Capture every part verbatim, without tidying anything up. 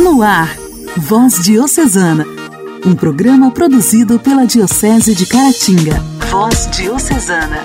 No ar, Voz Diocesana, um programa produzido pela Diocese de Caratinga. Voz Diocesana.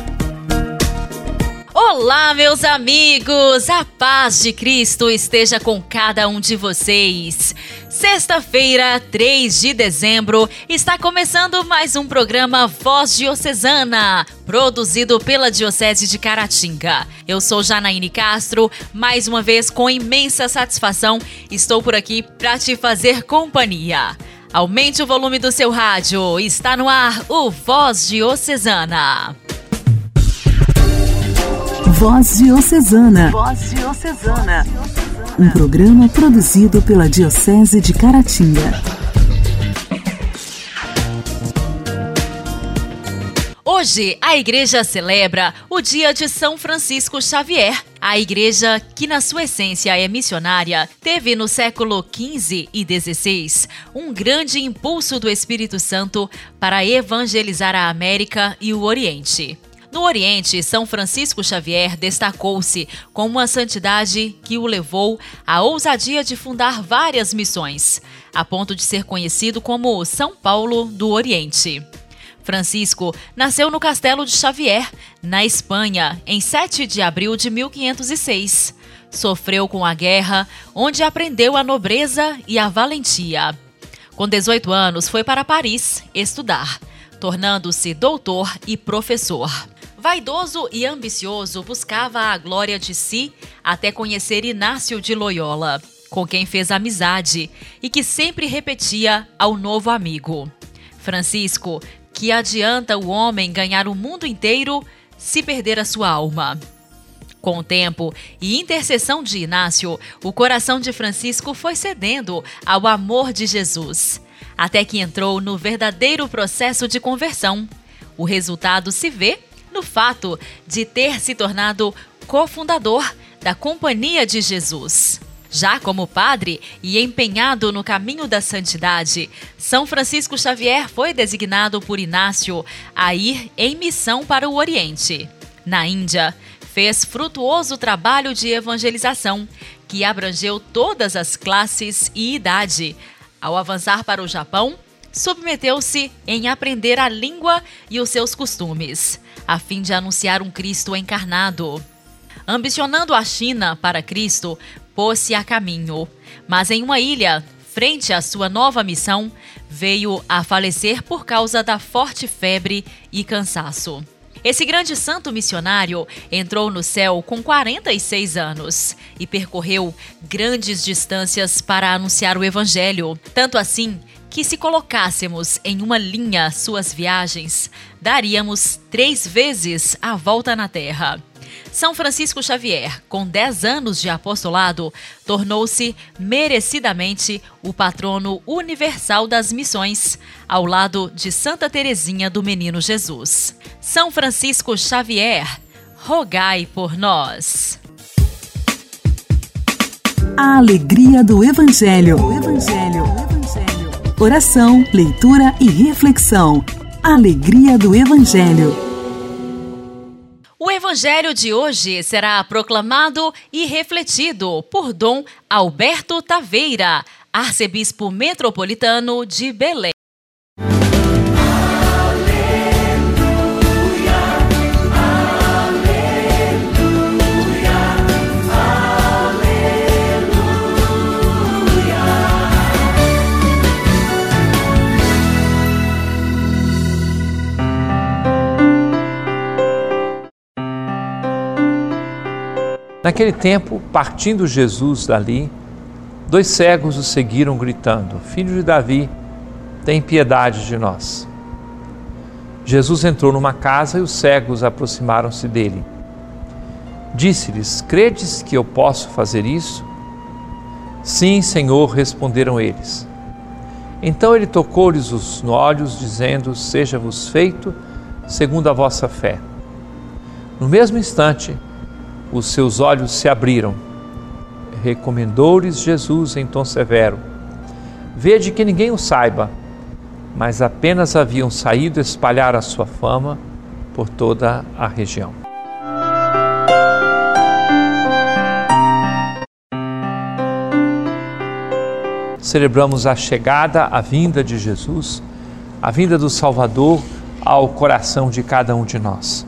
Olá, meus amigos! A paz de Cristo esteja com cada um de vocês. Sexta-feira, três de dezembro, está começando mais um programa Voz Diocesana, produzido pela Diocese de Caratinga. Eu sou Janaíne Castro, mais uma vez com imensa satisfação, estou por aqui para te fazer companhia. Aumente o volume do seu rádio, está no ar o Voz Diocesana. Voz Diocesana. Voz Diocesana. Um programa produzido pela Diocese de Caratinga. Hoje, a Igreja celebra o dia de São Francisco Xavier. A Igreja, que na sua essência é missionária, teve no século quinze e dezesseis um grande impulso do Espírito Santo para evangelizar a América e o Oriente. No Oriente, São Francisco Xavier destacou-se com uma santidade que o levou à ousadia de fundar várias missões, a ponto de ser conhecido como São Paulo do Oriente. Francisco nasceu no Castelo de Xavier, na Espanha, em sete de abril de mil quinhentos e seis. Sofreu com a guerra, onde aprendeu a nobreza e a valentia. Com dezoito anos, foi para Paris estudar, tornando-se doutor e professor. Vaidoso e ambicioso, buscava a glória de si até conhecer Inácio de Loyola, com quem fez amizade e que sempre repetia ao novo amigo: Francisco, que adianta o homem ganhar o mundo inteiro se perder a sua alma. Com o tempo e intercessão de Inácio, o coração de Francisco foi cedendo ao amor de Jesus, até que entrou no verdadeiro processo de conversão. O resultado se vê no fato de ter se tornado cofundador da Companhia de Jesus. Já como padre e empenhado no caminho da santidade, São Francisco Xavier foi designado por Inácio a ir em missão para o Oriente. Na Índia, fez frutuoso trabalho de evangelização, que abrangeu todas as classes e idade. Ao avançar para o Japão, submeteu-se em aprender a língua e os seus costumes, a fim de anunciar um Cristo encarnado. Ambicionando a China para Cristo, pôs-se a caminho, mas em uma ilha, frente à sua nova missão, veio a falecer por causa da forte febre e cansaço. Esse grande santo missionário entrou no céu com quarenta e seis anos e percorreu grandes distâncias para anunciar o Evangelho, tanto assim que, se colocássemos em uma linha suas viagens, daríamos três vezes a volta na Terra. São Francisco Xavier, com dez anos de apostolado, tornou-se merecidamente o patrono universal das missões, ao lado de Santa Teresinha do Menino Jesus. São Francisco Xavier, rogai por nós. A alegria do Evangelho. O Evangelho. Oração, leitura e reflexão. Alegria do Evangelho. O Evangelho de hoje será proclamado e refletido por Dom Alberto Taveira, arcebispo metropolitano de Belém. Naquele tempo, partindo Jesus dali, dois cegos o seguiram gritando: Filho de Davi, tem piedade de nós. Jesus entrou numa casa e os cegos aproximaram-se dele. Disse-lhes: Credes que eu posso fazer isso? Sim, Senhor, responderam eles. Então ele tocou-lhes os olhos, dizendo: Seja-vos feito segundo a vossa fé. No mesmo instante, os seus olhos se abriram. Recomendou-lhes Jesus em tom severo: Vede que ninguém o saiba, mas apenas haviam saído espalhar a sua fama por toda a região. celebramos a chegada, a vinda de Jesus, a vinda do Salvador ao coração de cada um de nós.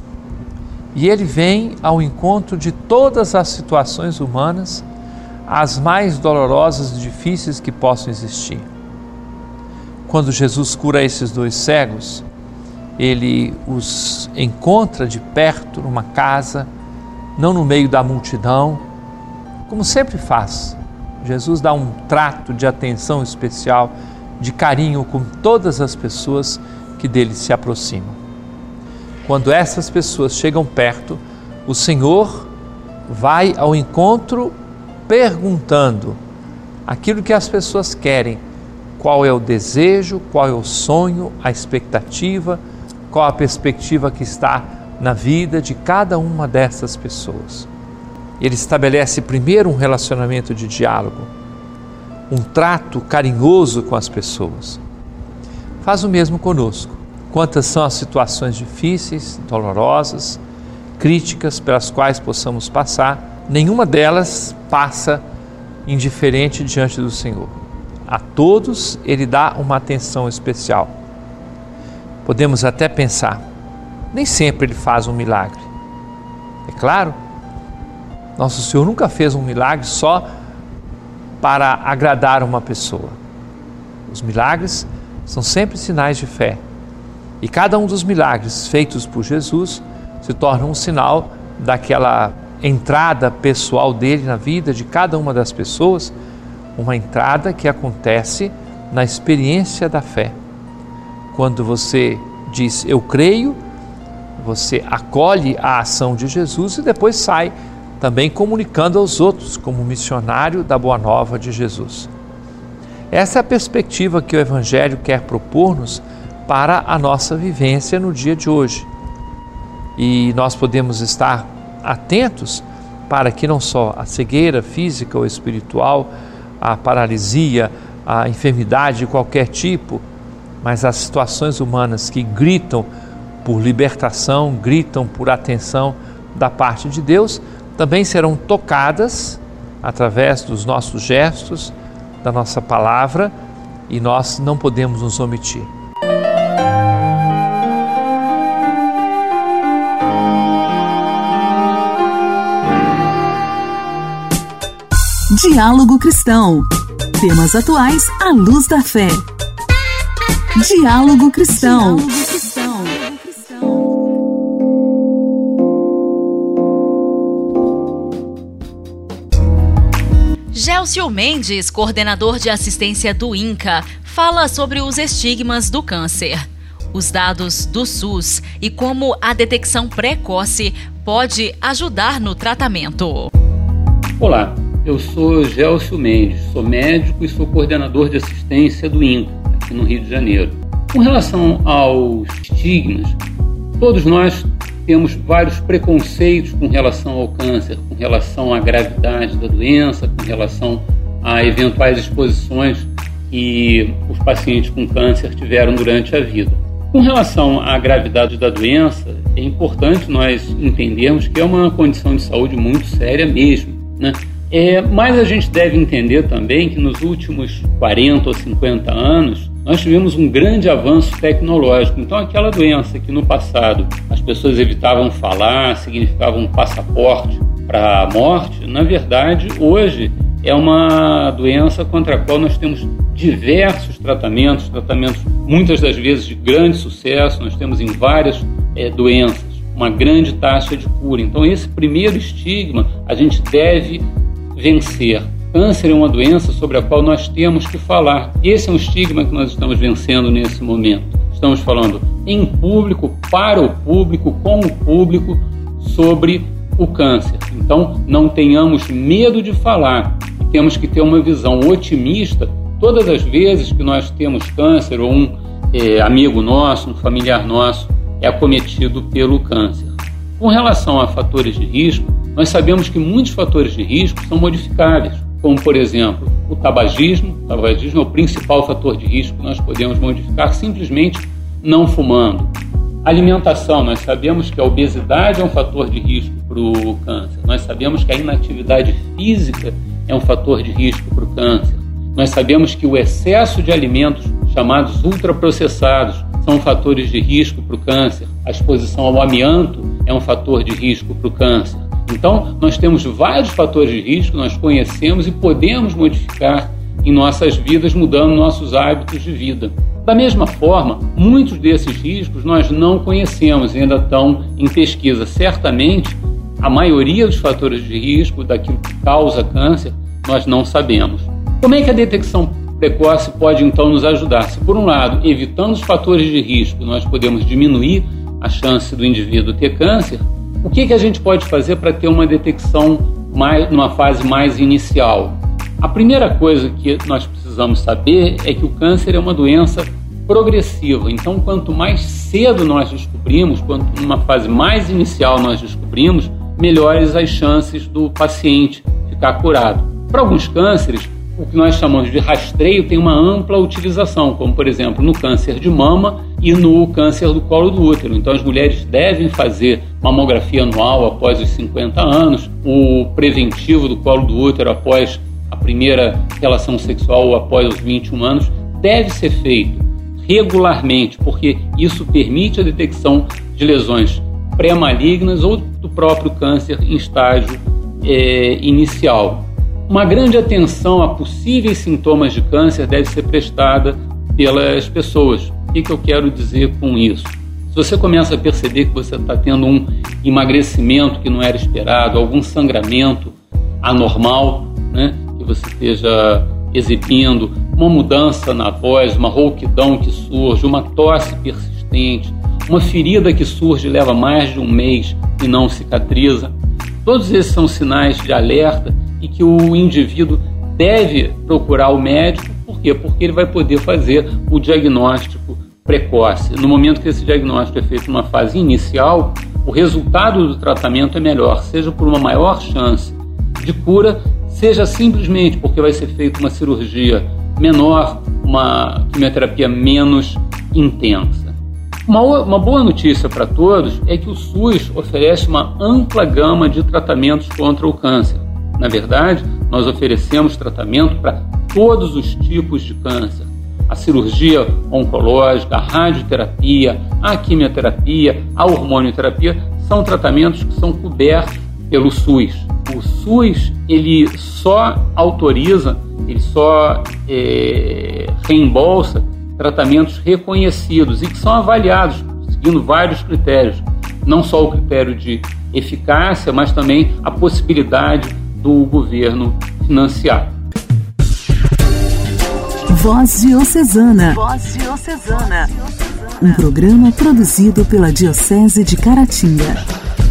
E Ele vem ao encontro de todas as situações humanas, as mais dolorosas e difíceis que possam existir. Quando Jesus cura esses dois cegos, Ele os encontra de perto numa casa, não no meio da multidão, como sempre faz. Jesus dá um trato de atenção especial, de carinho com todas as pessoas que dele se aproximam. Quando essas pessoas chegam perto, o Senhor vai ao encontro perguntando aquilo que as pessoas querem, qual é o desejo, qual é o sonho, a expectativa, qual a perspectiva que está na vida de cada uma dessas pessoas. Ele estabelece primeiro um relacionamento de diálogo, um trato carinhoso com as pessoas. Faz o mesmo conosco. Quantas são as situações difíceis, dolorosas, críticas pelas quais possamos passar, nenhuma delas passa indiferente diante do Senhor. A todos Ele dá uma atenção especial. Podemos até pensar, nem sempre Ele faz um milagre. É claro, nosso Senhor nunca fez um milagre só para agradar uma pessoa. Os milagres são sempre sinais de fé. E cada um dos milagres feitos por Jesus se torna um sinal daquela entrada pessoal dele na vida de cada uma das pessoas, uma entrada que acontece na experiência da fé. Quando você diz, eu creio, você acolhe a ação de Jesus e depois sai também comunicando aos outros como missionário da Boa Nova de Jesus. Essa é a perspectiva que o Evangelho quer propor-nos para a nossa vivência no dia de hoje. E nós podemos estar atentos para que não só a cegueira física ou espiritual, a paralisia, a enfermidade de qualquer tipo, mas as situações humanas que gritam por libertação, gritam por atenção da parte de Deus, também serão tocadas através dos nossos gestos, da nossa palavra, e nós não podemos nos omitir. Diálogo Cristão. Temas atuais à luz da fé. Diálogo Cristão. Gélcio Mendes, coordenador de assistência do INCA, fala sobre os estigmas do câncer, os dados do SUS e como a detecção precoce pode ajudar no tratamento. Olá, eu sou Gélcio Mendes, sou médico e sou coordenador de assistência do INCA, aqui no Rio de Janeiro. Com relação aos estigmas, todos nós temos vários preconceitos com relação ao câncer, com relação à gravidade da doença, com relação a eventuais exposições que os pacientes com câncer tiveram durante a vida. Com relação à gravidade da doença, é importante nós entendermos que é uma condição de saúde muito séria mesmo, né? É, mas a gente deve entender também que nos últimos quarenta ou cinquenta anos nós tivemos um grande avanço tecnológico. Então aquela doença que no passado as pessoas evitavam falar, significava um passaporte para a morte, na verdade hoje é uma doença contra a qual nós temos diversos tratamentos, tratamentos muitas das vezes de grande sucesso, nós temos em várias é, doenças uma grande taxa de cura. Então esse primeiro estigma a gente deve vencer. Câncer é uma doença sobre a qual nós temos que falar. E esse é um estigma que nós estamos vencendo nesse momento. Estamos falando em público, para o público, com o público, sobre o câncer. Então, não tenhamos medo de falar. E temos que ter uma visão otimista todas as vezes que nós temos câncer ou um é, amigo nosso, um familiar nosso é acometido pelo câncer. Com relação a fatores de risco, nós sabemos que muitos fatores de risco são modificáveis, como, por exemplo, o tabagismo. O tabagismo é o principal fator de risco que nós podemos modificar simplesmente não fumando. Alimentação, nós sabemos que a obesidade é um fator de risco para o câncer. Nós sabemos que a inatividade física é um fator de risco para o câncer. Nós sabemos que o excesso de alimentos chamados ultraprocessados são fatores de risco para o câncer. A exposição ao amianto é um fator de risco para o câncer. Então, nós temos vários fatores de risco, nós conhecemos e podemos modificar em nossas vidas, mudando nossos hábitos de vida. Da mesma forma, muitos desses riscos nós não conhecemos e ainda estão em pesquisa. Certamente, a maioria dos fatores de risco daquilo que causa câncer, nós não sabemos. Como é que a detecção precoce pode, então, nos ajudar? Se, por um lado, evitando os fatores de risco, nós podemos diminuir a chance do indivíduo ter câncer, o que, que a gente pode fazer para ter uma detecção mais, numa fase mais inicial? A primeira coisa que nós precisamos saber é que o câncer é uma doença progressiva. Então, quanto mais cedo nós descobrimos, quanto numa fase mais inicial nós descobrimos, melhores as chances do paciente ficar curado. Para alguns cânceres, o que nós chamamos de rastreio tem uma ampla utilização, como, por exemplo, no câncer de mama e no câncer do colo do útero. Então, as mulheres devem fazer mamografia anual após os cinquenta anos, o preventivo do colo do útero após a primeira relação sexual ou após os vinte e um anos deve ser feito regularmente, porque isso permite a detecção de lesões pré-malignas ou do próprio câncer em estágio é, inicial. Uma grande atenção a possíveis sintomas de câncer deve ser prestada pelas pessoas. O que, que eu quero dizer com isso? Se você começa a perceber que você está tendo um emagrecimento que não era esperado, algum sangramento anormal, né, que você esteja exibindo, uma mudança na voz, uma rouquidão que surge, uma tosse persistente, uma ferida que surge e leva mais de um mês e não cicatriza, todos esses são sinais de alerta e que o indivíduo deve procurar o médico. Por quê? Porque ele vai poder fazer o diagnóstico precoce. No momento que esse diagnóstico é feito numa fase inicial, o resultado do tratamento é melhor, seja por uma maior chance de cura, seja simplesmente porque vai ser feita uma cirurgia menor, uma quimioterapia menos intensa. Uma, uma boa notícia para todos é que o SUS oferece uma ampla gama de tratamentos contra o câncer. Na verdade, nós oferecemos tratamento para todos os tipos de câncer. A cirurgia oncológica, a radioterapia, a quimioterapia, a hormonioterapia são tratamentos que são cobertos pelo SUS. O SUS, ele só autoriza, ele só é, reembolsa tratamentos reconhecidos e que são avaliados seguindo vários critérios. Não só o critério de eficácia, mas também a possibilidade do governo financiar. Voz Diocesana. Voz Diocesana. Um programa produzido pela Diocese de Caratinga.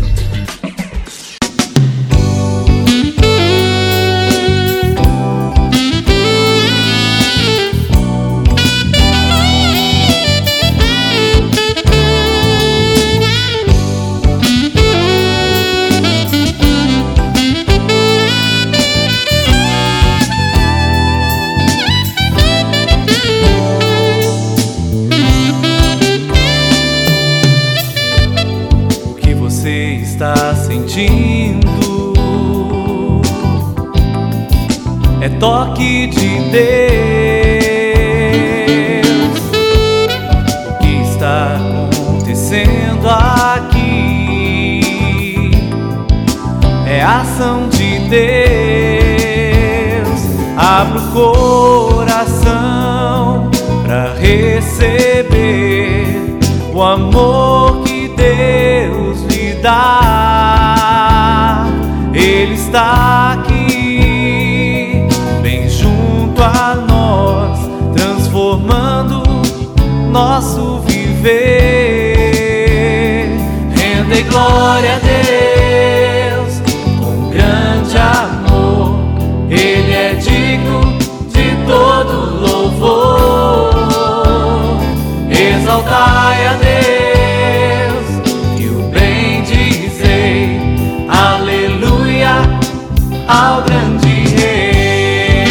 É toque de Deus. O que está acontecendo aqui é ação de Deus. Abra o coração para receber o amor que Deus lhe dá. Ele está aqui, bem junto a nós, transformando nosso viver. Rende glória a Deus com grande amor. Ele é digno de todo louvor. Exaltai a Deus e o bendizei. Aleluia ao grande Rei.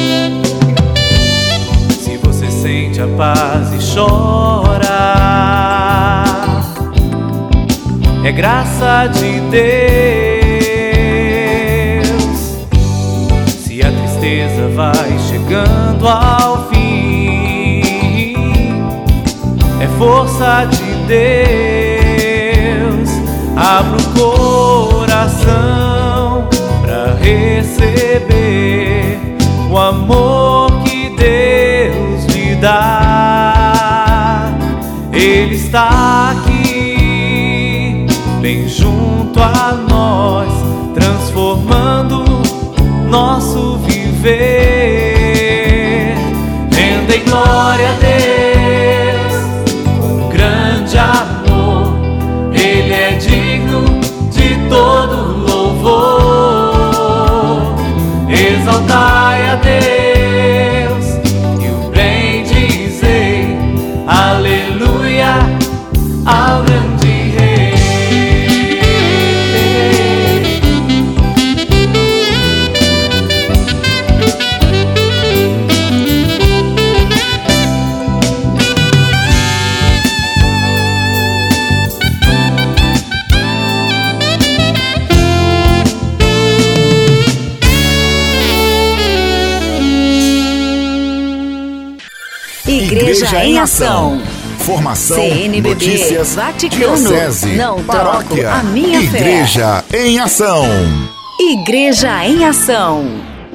Se você sente a paz e chora, graça de Deus. Se a tristeza vai chegando ao fim, é força de Deus. Abra o coração para receber o amor que Deus lhe dá. Ele está aqui, bem junto a nós, transformando nosso viver. Renda em glória a Deus, com grande amor. Ele é digno de todo louvor. Exaltai a Deus e o bendizei. Aleluia ao grande Rei. Igreja em Ação. Formação, C N B B, notícias, Vaticano, diocese, não paróquia, troco a minha fé. Igreja em Ação. Igreja em Ação.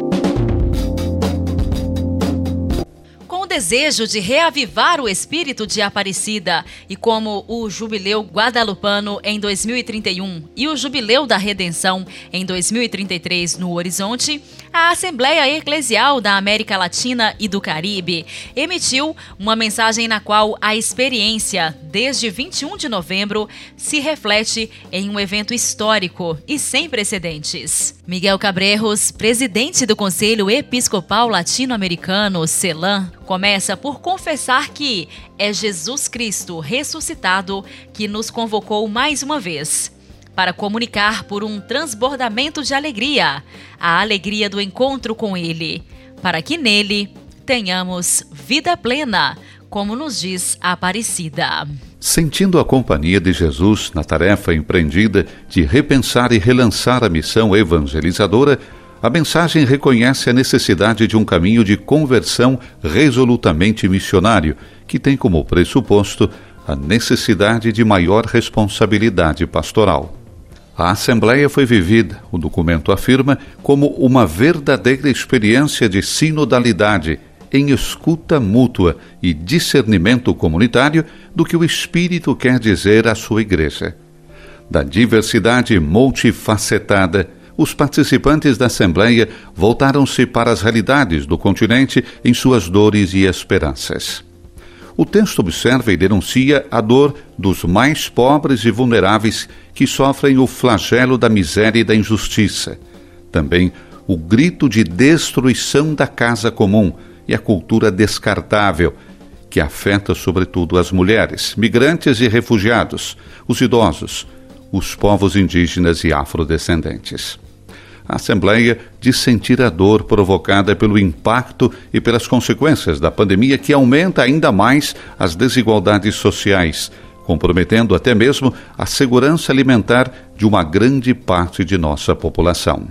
Com o desejo de reavivar o espírito de Aparecida e como o Jubileu Guadalupano em dois mil e trinta e um e o Jubileu da Redenção em dois mil e trinta e três no horizonte, a Assembleia Eclesial da América Latina e do Caribe emitiu uma mensagem na qual a experiência, desde vinte e um de novembro, se reflete em um evento histórico e sem precedentes. Miguel Cabreiros, presidente do Conselho Episcopal Latino-Americano, CELAM, começa por confessar que é Jesus Cristo ressuscitado que nos convocou mais uma vez para comunicar por um transbordamento de alegria, a alegria do encontro com Ele, para que nele tenhamos vida plena, como nos diz a Aparecida. Sentindo a companhia de Jesus na tarefa empreendida de repensar e relançar a missão evangelizadora, a mensagem reconhece a necessidade de um caminho de conversão resolutamente missionário, que tem como pressuposto a necessidade de maior responsabilidade pastoral. A Assembleia foi vivida, o documento afirma, como uma verdadeira experiência de sinodalidade, em escuta mútua e discernimento comunitário do que o Espírito quer dizer à sua Igreja. Da diversidade multifacetada, os participantes da Assembleia voltaram-se para as realidades do continente em suas dores e esperanças. O texto observa e denuncia a dor dos mais pobres e vulneráveis que sofrem o flagelo da miséria e da injustiça. Também o grito de destruição da casa comum e a cultura descartável, que afeta sobretudo as mulheres, migrantes e refugiados, os idosos, os povos indígenas e afrodescendentes. A Assembleia diz sentir a dor provocada pelo impacto e pelas consequências da pandemia que aumenta ainda mais as desigualdades sociais, comprometendo até mesmo a segurança alimentar de uma grande parte de nossa população.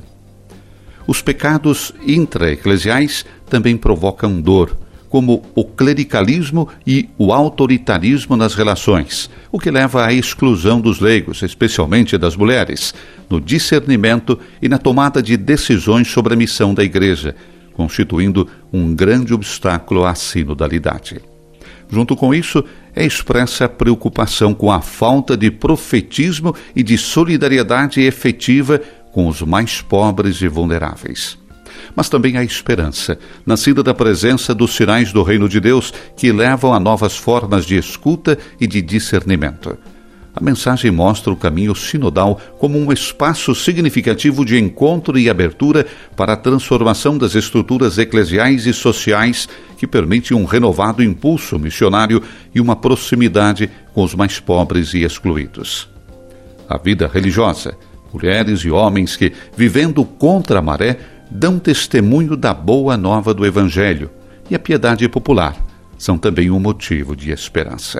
Os pecados intraeclesiais também provocam dor, como o clericalismo e o autoritarismo nas relações, o que leva à exclusão dos leigos, especialmente das mulheres, no discernimento e na tomada de decisões sobre a missão da Igreja, constituindo um grande obstáculo à sinodalidade. Junto com isso, é expressa a preocupação com a falta de profetismo e de solidariedade efetiva com os mais pobres e vulneráveis. Mas também a esperança, nascida da presença dos sinais do Reino de Deus que levam a novas formas de escuta e de discernimento. A mensagem mostra o caminho sinodal como um espaço significativo de encontro e abertura para a transformação das estruturas eclesiais e sociais que permite um renovado impulso missionário e uma proximidade com os mais pobres e excluídos. A vida religiosa, mulheres e homens que, vivendo contra a maré, dão testemunho da boa nova do Evangelho, e a piedade popular são também um motivo de esperança.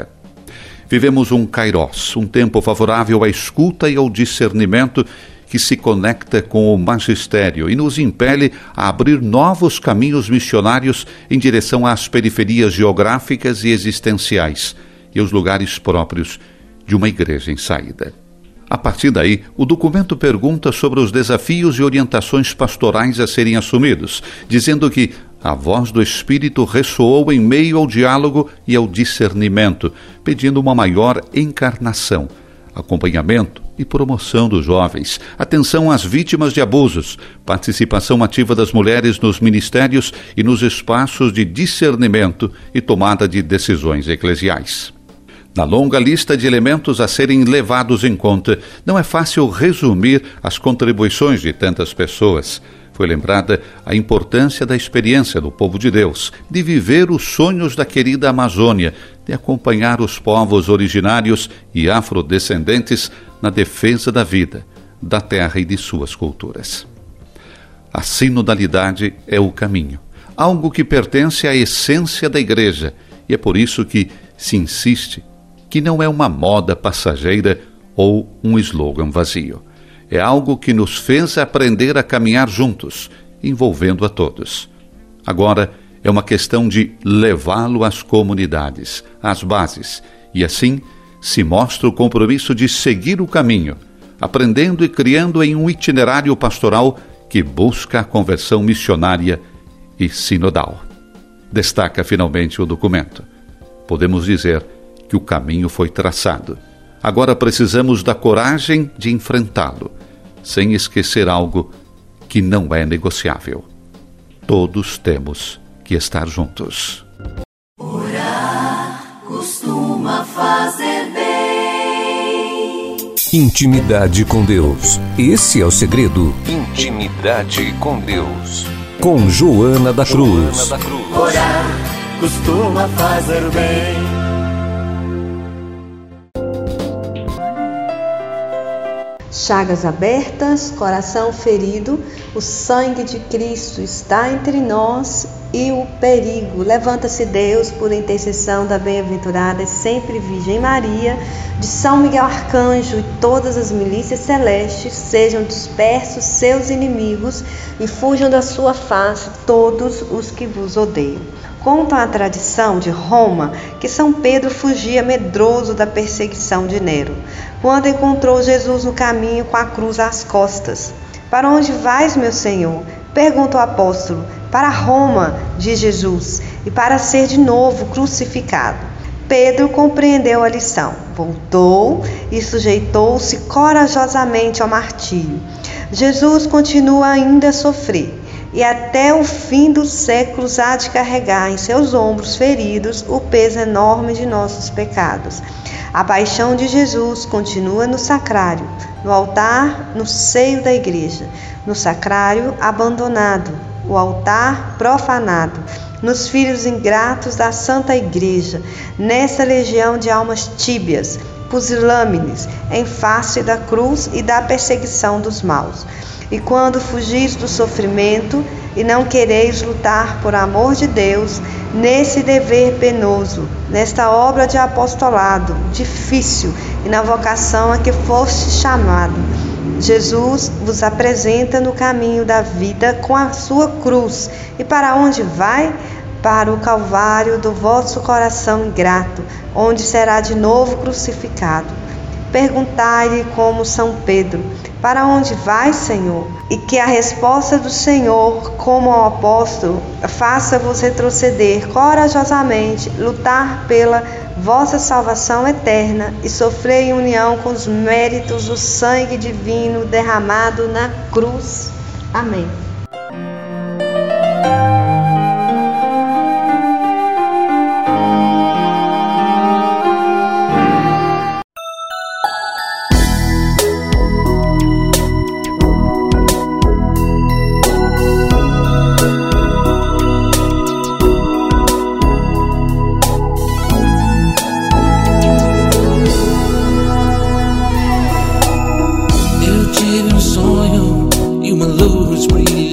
Vivemos um kairos, um tempo favorável à escuta e ao discernimento que se conecta com o magistério e nos impele a abrir novos caminhos missionários em direção às periferias geográficas e existenciais e os lugares próprios de uma igreja em saída. A partir daí, o documento pergunta sobre os desafios e orientações pastorais a serem assumidos, dizendo que a voz do Espírito ressoou em meio ao diálogo e ao discernimento, pedindo uma maior encarnação, acompanhamento e promoção dos jovens, atenção às vítimas de abusos, participação ativa das mulheres nos ministérios e nos espaços de discernimento e tomada de decisões eclesiais. Na longa lista de elementos a serem levados em conta, não é fácil resumir as contribuições de tantas pessoas. Foi lembrada a importância da experiência do povo de Deus, de viver os sonhos da querida Amazônia, de acompanhar os povos originários e afrodescendentes na defesa da vida, da terra e de suas culturas. A sinodalidade é o caminho, algo que pertence à essência da Igreja, e é por isso que se insiste que não é uma moda passageira ou um slogan vazio. É algo que nos fez aprender a caminhar juntos, envolvendo a todos. Agora é uma questão de levá-lo às comunidades, às bases, e assim se mostra o compromisso de seguir o caminho, aprendendo e criando em um itinerário pastoral que busca a conversão missionária e sinodal. Destaca finalmente o documento. Podemos dizer que o caminho foi traçado. Agora precisamos da coragem de enfrentá-lo, sem esquecer algo que não é negociável. Todos temos que estar juntos. Orar costuma fazer bem. Intimidade com Deus. Esse é o segredo. Intimidade com Deus. Com Joana da Cruz. Joana da Cruz. Orar costuma fazer bem. Chagas abertas, coração ferido, o sangue de Cristo está entre nós e o perigo. Levanta-se Deus por intercessão da bem-aventurada e sempre Virgem Maria, de São Miguel Arcanjo e todas as milícias celestes, sejam dispersos seus inimigos e fujam da sua face todos os que vos odeiam. Conta a tradição de Roma que São Pedro fugia medroso da perseguição de Nero, quando encontrou Jesus no caminho com a cruz às costas. Para onde vais, meu Senhor? Pergunta o apóstolo. Para Roma, diz Jesus, e para ser de novo crucificado. Pedro compreendeu a lição, voltou e sujeitou-se corajosamente ao martírio. Jesus continua ainda a sofrer, e até o fim dos séculos há de carregar em seus ombros feridos o peso enorme de nossos pecados. A paixão de Jesus continua no sacrário, no altar, no seio da igreja, no sacrário abandonado, o altar profanado, nos filhos ingratos da Santa Igreja, nessa legião de almas tíbias, pusilâmines, em face da cruz e da perseguição dos maus. E quando fugis do sofrimento e não quereis lutar por amor de Deus, nesse dever penoso, nesta obra de apostolado difícil e na vocação a que foste chamado, Jesus vos apresenta no caminho da vida com a sua cruz. E para onde vai? Para o Calvário do vosso coração ingrato, onde será de novo crucificado. Perguntai-lhe como São Pedro: para onde vai, Senhor? E que a resposta do Senhor, como ao apóstolo, faça-vos retroceder corajosamente, lutar pela vossa salvação eterna e sofrer em união com os méritos do sangue divino derramado na cruz. Amém. Tive um sonho e uma luz brilhante.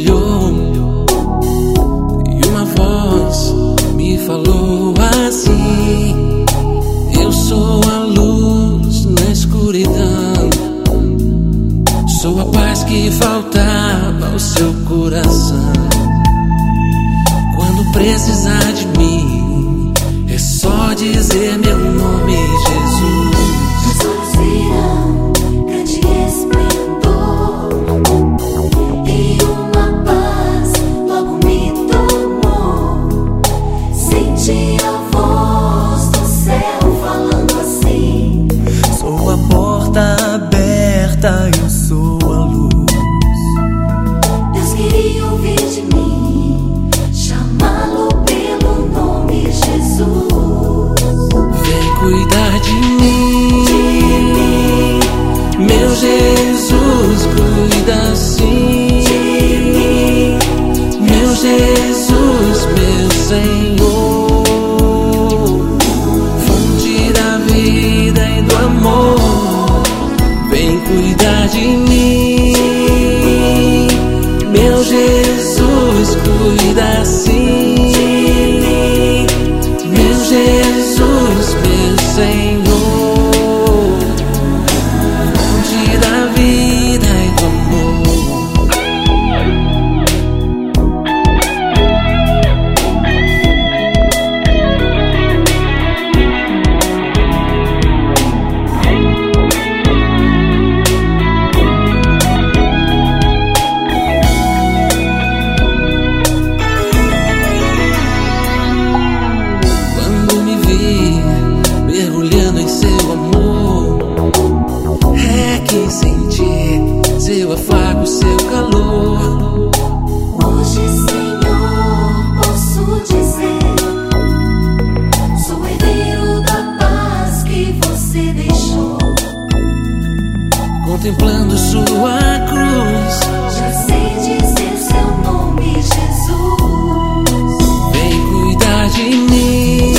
seu coração. Quando precisar de mim, é só dizer meu nome, Jesus. Os olhos virão, grande esplendor, e uma paz logo me tomou. Senti a voz do céu falando assim: sou a porta aberta, eu sou a luz. Deus queria ouvir de mim, chamá-lo pelo nome Jesus. Vem cuidar de mim, de mim. Meu Jesus, cuida sim de mim. Meu Jesus, meu Senhor, fonte da vida e do amor. Vem cuidar de mim, meu Jesus, cuida sim de mim. Meu Jesus, meu Senhor, fonte da vida e do amor. Quando me vi mergulhando em seu amor, é que senti seu afago, seu calor. Hoje, Senhor, posso dizer, sou herdeiro da paz que você deixou. Contemplando sua cruz, Já sei dizer seu nome, Jesus. vem cuidar de mim,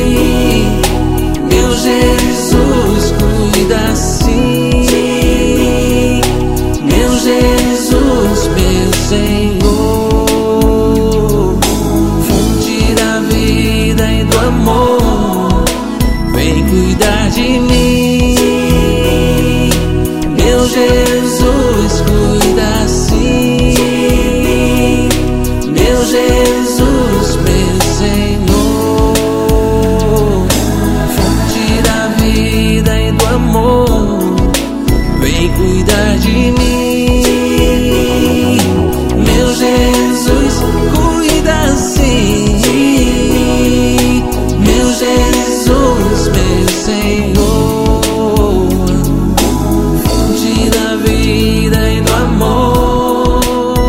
meu Jesus, cuida sim de mim. Meu Jesus, meu Senhor, fonte da vida e do amor. Vem cuidar de mim, meu Jesus, cuida sim de mim. Meu Jesus, meu Senhor, fonte da vida e do amor. Vem cuidar de mim, meu Jesus, cuida sim de mim. Meu Jesus, meu Senhor, fonte da vida e do amor.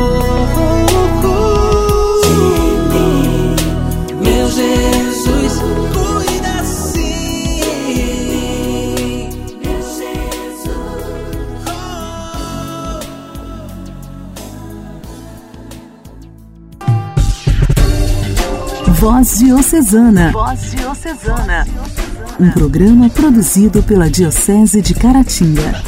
Meu Jesus, cuida sim. Meu Jesus. Voz Diocesana. Voz Diocesana. Um programa produzido pela Diocese de Caratinga.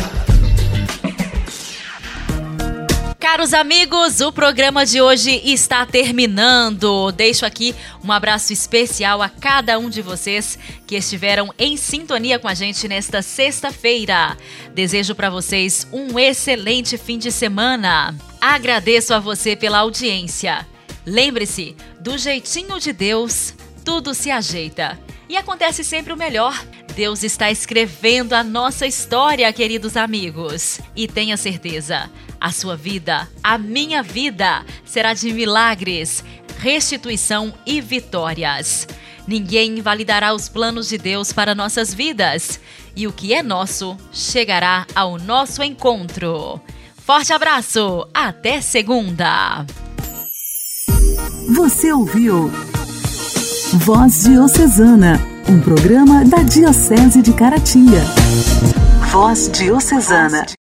Caros amigos, o programa de hoje está terminando. Deixo aqui um abraço especial a cada um de vocês que estiveram em sintonia com a gente nesta sexta-feira. Desejo para vocês um excelente fim de semana. Agradeço a você pela audiência. Lembre-se, do jeitinho de Deus, tudo se ajeita. E acontece sempre o melhor. Deus está escrevendo a nossa história, queridos amigos. E tenha certeza, a sua vida, a minha vida, será de milagres, restituição e vitórias. Ninguém invalidará os planos de Deus para nossas vidas. E o que é nosso chegará ao nosso encontro. Forte abraço, até segunda! Você ouviu Voz Diocesana, um programa da Diocese de Caratinga. Voz Diocesana.